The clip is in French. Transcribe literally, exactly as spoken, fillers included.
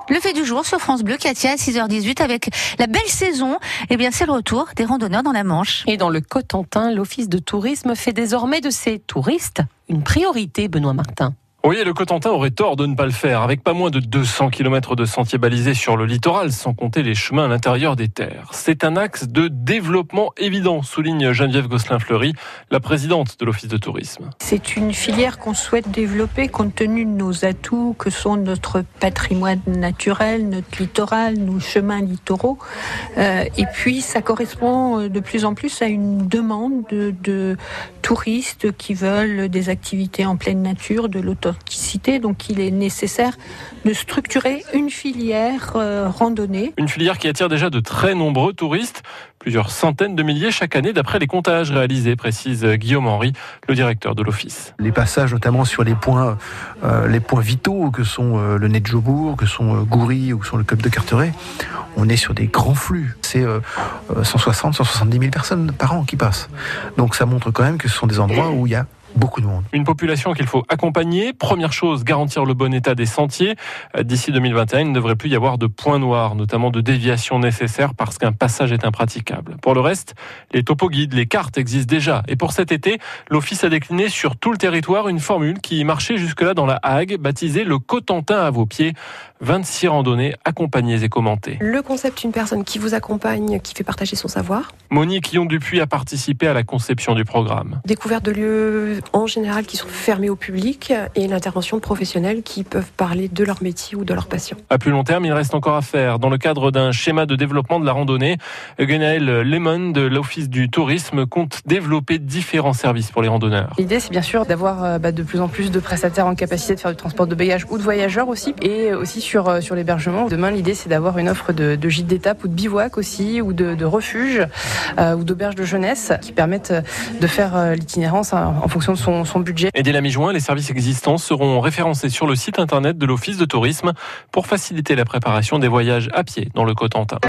Le fait du jour sur France Bleu, Katia, à six heures dix-huit, avec la belle saison. Eh bien, c'est le retour des randonneurs dans la Manche. Et dans le Cotentin, l'Office de tourisme fait désormais de ses touristes une priorité, Benoît Martin. Oui, et le Cotentin aurait tort de ne pas le faire, avec pas moins de deux cents kilomètres de sentiers balisés sur le littoral, sans compter les chemins à l'intérieur des terres. C'est un axe de développement évident, souligne Geneviève Gosselin-Fleury, la présidente de l'Office de tourisme. C'est une filière qu'on souhaite développer compte tenu de nos atouts que sont notre patrimoine naturel, notre littoral, nos chemins littoraux. Euh, et puis, ça correspond de plus en plus à une demande de, de touristes qui veulent des activités en pleine nature, de l'auto Donc il est nécessaire de structurer une filière euh, randonnée. Une filière qui attire déjà de très nombreux touristes, plusieurs centaines de milliers chaque année d'après les comptages réalisés, précise Guillaume Henry, le directeur de l'office. Les passages notamment sur les points, euh, les points vitaux que sont euh, le Nez de Jobourg, que sont euh, Goury ou que sont le Club de Carteret, on est sur des grands flux. C'est euh, cent soixante, cent soixante-dix mille personnes par an qui passent. Donc ça montre quand même que ce sont des endroits où il y a beaucoup de monde. Une population qu'il faut accompagner. Première chose, garantir le bon état des sentiers. D'ici deux mille vingt et un, il ne devrait plus y avoir de points noirs, notamment de déviations nécessaires parce qu'un passage est impraticable. Pour le reste, les topoguides, les cartes existent déjà. Et pour cet été, l'Office a décliné sur tout le territoire une formule qui marchait jusque-là dans la Hague, baptisée le Cotentin à vos pieds. vingt-six randonnées accompagnées et commentées. Le concept, une personne qui vous accompagne, qui fait partager son savoir. Monique Lyon-Dupuis a participé à la conception du programme. Découverte de lieux en général qui sont fermés au public et l'intervention de professionnels qui peuvent parler de leur métier ou de leur passion. À plus long terme, il reste encore à faire. Dans le cadre d'un schéma de développement de la randonnée, Guenaël Lemon de l'Office du tourisme compte développer différents services pour les randonneurs. L'idée, c'est bien sûr d'avoir bah, de plus en plus de prestataires en capacité de faire du transport de bagages ou de voyageurs aussi, et aussi sur, sur l'hébergement. Demain, l'idée, c'est d'avoir une offre de, de gîtes d'étape ou de bivouac aussi, ou de, de refuge euh, ou d'auberges de jeunesse qui permettent de faire euh, l'itinérance hein, en fonction de son, son budget. Et dès la mi-juin, les services existants seront référencés sur le site internet de l'Office de tourisme pour faciliter la préparation des voyages à pied dans le Cotentin.